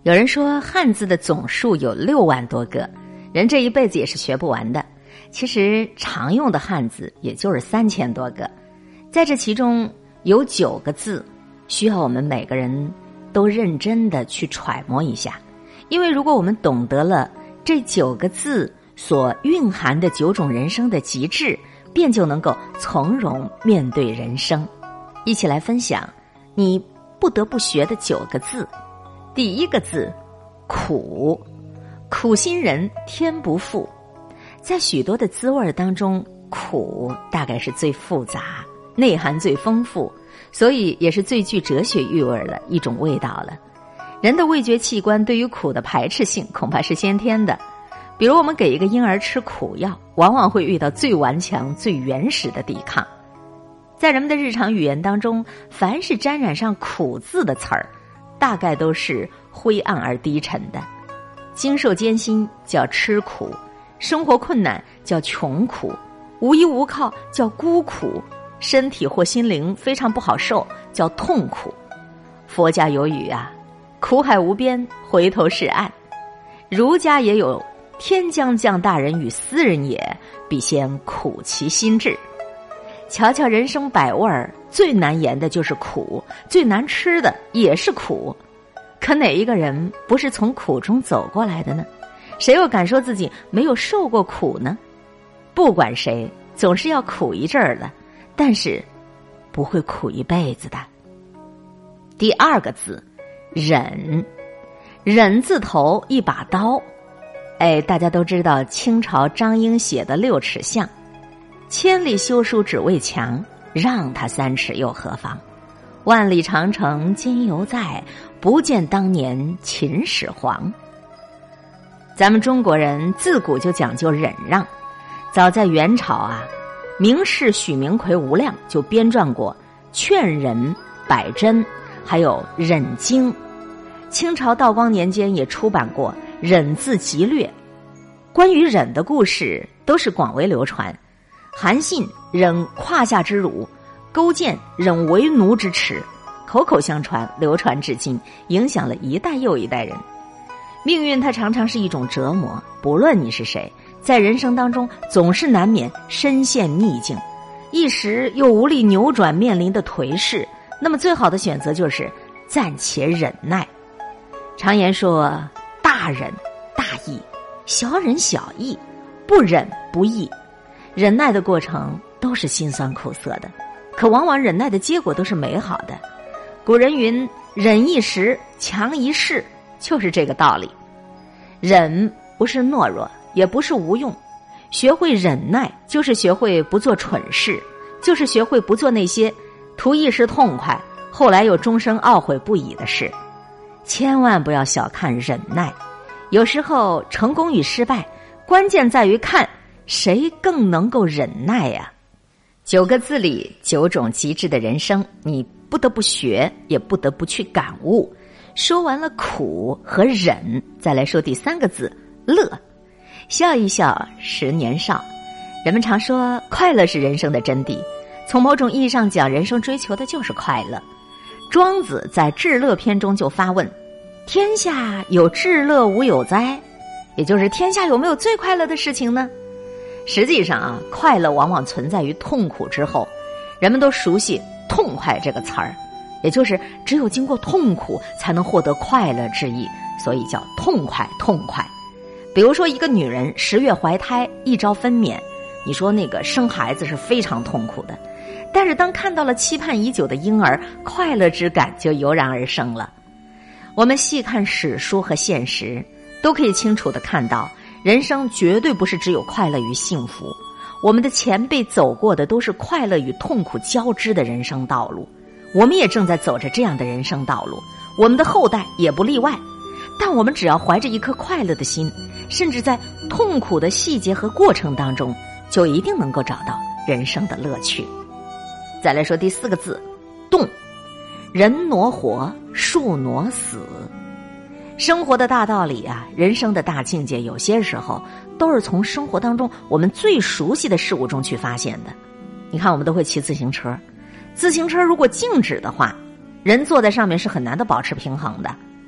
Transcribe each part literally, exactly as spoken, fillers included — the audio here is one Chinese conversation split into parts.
有人说汉字的总数有六万多个，人这一辈子也是学不完的。其实常用的汉字也就是三千多个，在这其中有九个字需要我们每个人都认真的去揣摩一下，因为如果我们懂得了这九个字所蕴含的九种人生的极致，便就能够从容面对人生。一起来分享你不得不学的九个字。第一个字，苦。苦心人天不负。在许多的滋味当中，苦大概是最复杂，内涵最丰富，所以也是最具哲学韵味的一种味道了。人的味觉器官对于苦的排斥性恐怕是先天的，比如我们给一个婴儿吃苦药，往往会遇到最顽强最原始的抵抗。在人们的日常语言当中，凡是沾染上苦字的词儿，大概都是灰暗而低沉的。经受艰辛叫吃苦，生活困难叫穷苦，无依无靠叫孤苦，身体或心灵非常不好受叫痛苦。佛家有语啊，苦海无边，回头是岸。儒家也有天将降大任于斯人也，必先苦其心志。瞧瞧人生百味儿，最难言的就是苦，最难吃的也是苦。可哪一个人不是从苦中走过来的呢？谁又敢说自己没有受过苦呢？不管谁，总是要苦一阵儿的，但是不会苦一辈子的。第二个字，忍。忍字头一把刀。哎，大家都知道清朝张英写的六尺巷，千里修书只为墙，让他三尺又何妨？万里长城今犹在，不见当年秦始皇。咱们中国人自古就讲究忍让，早在元朝啊，名士许明奎无量就编撰过《劝忍百真》，还有《忍经》。清朝道光年间也出版过《忍字集略》，关于忍的故事都是广为流传。韩信忍胯下之辱，勾践忍为奴之耻，口口相传，流传至今，影响了一代又一代人。命运它常常是一种折磨，不论你是谁，在人生当中总是难免深陷逆境，一时又无力扭转面临的颓势，那么最好的选择就是暂且忍耐。常言说，大忍大义，小忍小义，不忍不义。忍耐的过程都是辛酸苦涩的，可往往忍耐的结果都是美好的。古人云，忍一时强一世，就是这个道理。忍不是懦弱，也不是无用，学会忍耐就是学会不做蠢事，就是学会不做那些图一时痛快后来又终生懊悔不已的事。千万不要小看忍耐，有时候成功与失败关键在于看谁更能够忍耐呀、啊。九个字里九种极致的人生，你不得不学，也不得不去感悟。说完了苦和忍，再来说第三个字，乐。笑一笑，十年少。人们常说快乐是人生的真谛，从某种意义上讲，人生追求的就是快乐。庄子在《至乐篇》中就发问，天下有至乐无有哉？也就是天下有没有最快乐的事情呢？实际上啊，快乐往往存在于痛苦之后。人们都熟悉痛快这个词儿，也就是只有经过痛苦才能获得快乐之意，所以叫痛快痛快。比如说一个女人十月怀胎，一朝分娩，你说那个生孩子是非常痛苦的，但是当看到了期盼已久的婴儿，快乐之感就油然而生了。我们细看史书和现实，都可以清楚地看到，人生绝对不是只有快乐与幸福。我们的前辈走过的都是快乐与痛苦交织的人生道路，我们也正在走着这样的人生道路，我们的后代也不例外。但我们只要怀着一颗快乐的心，甚至在痛苦的细节和过程当中，就一定能够找到人生的乐趣。再来说第四个字，动。人挪活，树挪死。生活的大道理啊，人生的大境界，有些时候都是从生活当中我们最熟悉的事物中去发现的。你看，我们都会骑自行车，自行车如果静止的话，人坐在上面是很难的保持平衡的。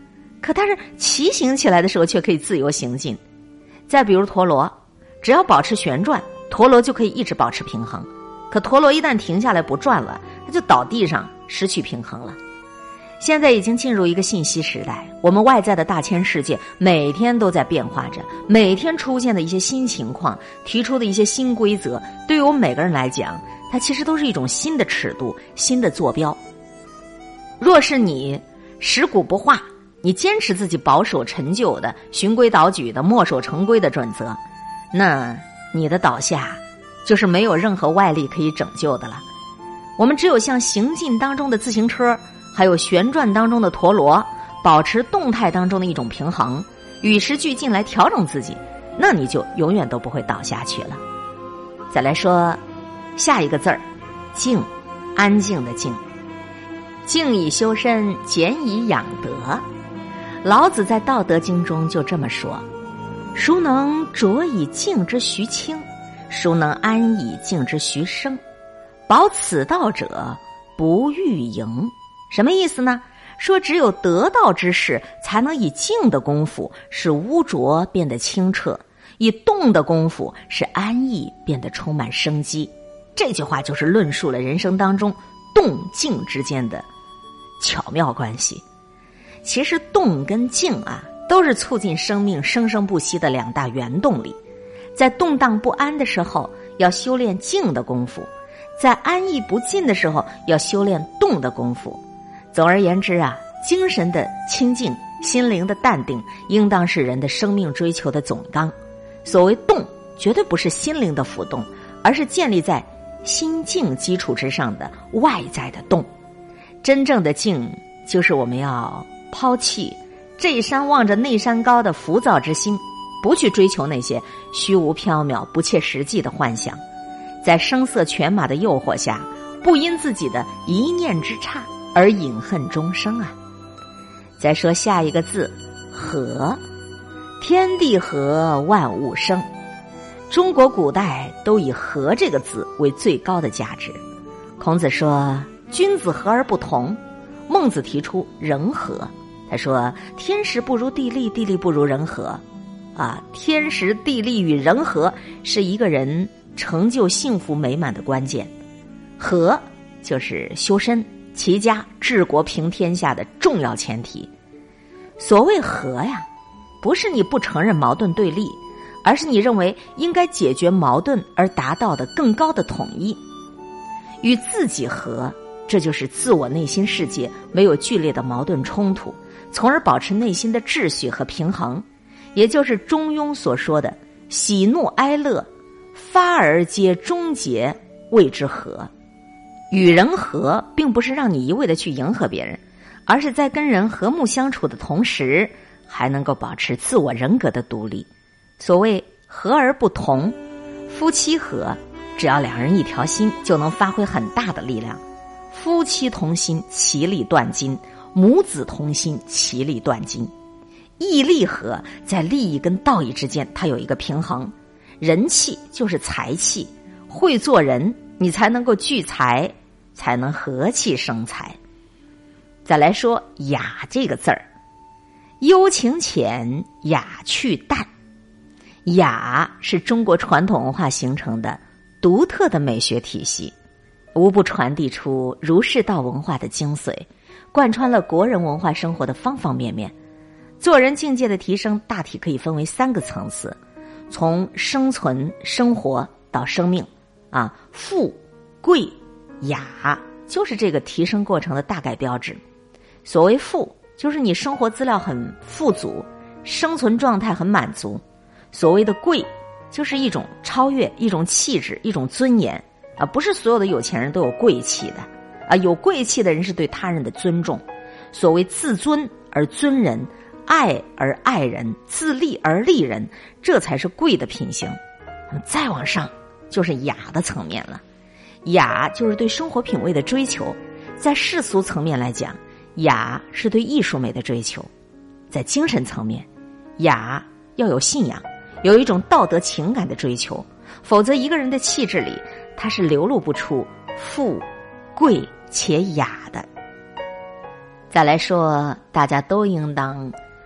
可它是骑行起来的时候却可以自由行进。再比如陀螺，只要保持旋转，陀螺就可以一直保持平衡。可陀螺一旦停下来不转了，它就倒地上失去平衡了。现在已经进入一个信息时代，我们外在的大千世界每天都在变化着，每天出现的一些新情况，提出的一些新规则，对于我们每个人来讲，它其实都是一种新的尺度，新的坐标。若是你食古不化，你坚持自己保守陈旧的、循规蹈矩的、墨守成规的准则，那你的倒下就是没有任何外力可以拯救的了。我们只有像行进当中的自行车，还有旋转当中的陀螺，保持动态当中的一种平衡，与时俱进来调整自己，那你就永远都不会倒下去了。再来说下一个字儿，静，安静的静。静以修身，俭以养德。老子在《道德经》中就这么说：孰能卓以静之徐清，孰能安以静之徐生？保此道者，不欲盈。什么意思呢？说只有得道之士才能以静的功夫使污浊变得清澈，以动的功夫使安逸变得充满生机。这句话就是论述了人生当中动静之间的巧妙关系。其实动跟静啊，都是促进生命生生不息的两大原动力。在动荡不安的时候，要修炼静的功夫；在安逸不进的时候，要修炼动的功夫。总而言之啊，精神的清净，心灵的淡定，应当是人的生命追求的总纲。所谓动，绝对不是心灵的浮动，而是建立在心静基础之上的外在的动。真正的静，就是我们要抛弃这山望着那山高的浮躁之心，不去追求那些虚无缥缈不切实际的幻想，在声色犬马的诱惑下，不因自己的一念之差而饮恨终生啊。再说下一个字，和。天地和，万物生。中国古代都以和这个字为最高的价值。孔子说君子和而不同，孟子提出人和。他说天时不如地利，地利不如人和啊，天时地利与人和是一个人成就幸福美满的关键。和就是修身齐家治国平天下的重要前提。所谓和呀，不是你不承认矛盾对立，而是你认为应该解决矛盾而达到的更高的统一。与自己和，这就是自我内心世界没有剧烈的矛盾冲突，从而保持内心的秩序和平衡，也就是中庸所说的喜怒哀乐发而皆终结，谓之和。与人和并不是让你一味的去迎合别人，而是在跟人和睦相处的同时，还能够保持自我人格的独立。所谓和而不同，夫妻和，只要两人一条心，就能发挥很大的力量。夫妻同心，其利断金；母子同心，其利断金。义利和，在利益跟道义之间，它有一个平衡。人气就是财气，会做人，你才能够聚财，才能和气生财。再来说雅这个字儿，幽情浅，雅趣淡。雅是中国传统文化形成的独特的美学体系，无不传递出儒释道文化的精髓，贯穿了国人文化生活的方方面面。做人境界的提升大体可以分为三个层次，从生存生活到生命啊，富贵雅就是这个提升过程的大概标志。所谓富，就是你生活资料很富足，生存状态很满足。所谓的贵，就是一种超越，一种气质，一种尊严啊，不是所有的有钱人都有贵气的啊，有贵气的人是对他人的尊重。所谓自尊而尊人，爱而爱人，自立而立人，这才是贵的品行。再往上就是雅的层面了，雅就是对生活品味的追求。在世俗层面来讲，雅是对艺术美的追求；在精神层面，雅要有信仰，有一种道德情感的追求，否则一个人的气质里，他是流露不出富贵且雅的。再来说大家都应当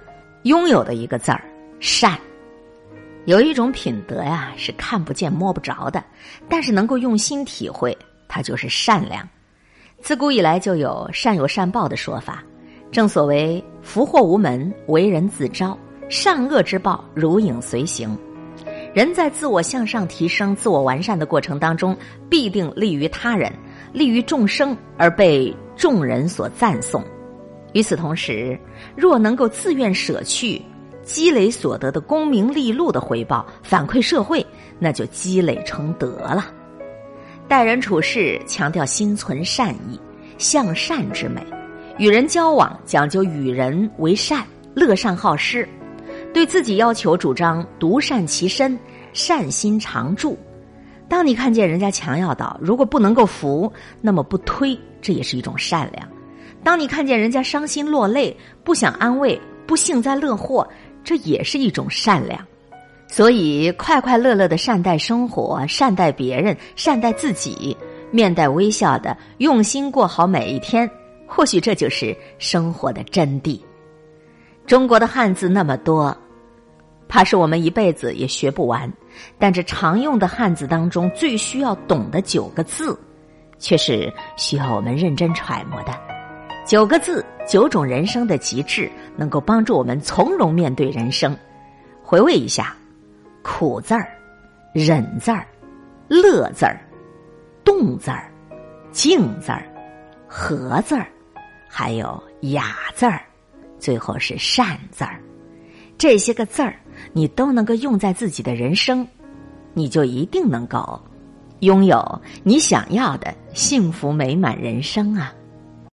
拥有的一个字儿，善。有一种品德呀，是看不见摸不着的，但是能够用心体会，它就是善良。自古以来就有善有善报的说法，正所谓福祸无门，为人自招，善恶之报如影随形。人在自我向上提升、自我完善的过程当中，必定利于他人，利于众生，而被众人所赞颂。与此同时，若能够自愿舍去积累所得的功名利禄的回报，反馈社会，那就积累成德了。待人处事强调心存善意，向善之美，与人交往讲究与人为善，乐善好施，对自己要求主张独善其身，善心常驻。当你看见人家强要倒，如果不能够扶，那么不推，这也是一种善良。当你看见人家伤心落泪，不想安慰，不幸灾乐祸，这也是一种善良。所以快快乐乐的善待生活，善待别人，善待自己，面带微笑的用心过好每一天，或许这就是生活的真谛。中国的汉字那么多，怕是我们一辈子也学不完，但这常用的汉字当中最需要懂的九个字，却是需要我们认真揣摩的。九个字，九种人生的极致，能够帮助我们从容面对人生。回味一下，苦字儿、忍字儿、乐字儿、动字儿、静字儿、和字儿，还有雅字儿，最后是善字儿。这些个字儿，你都能够用在自己的人生，你就一定能够拥有你想要的幸福美满人生啊！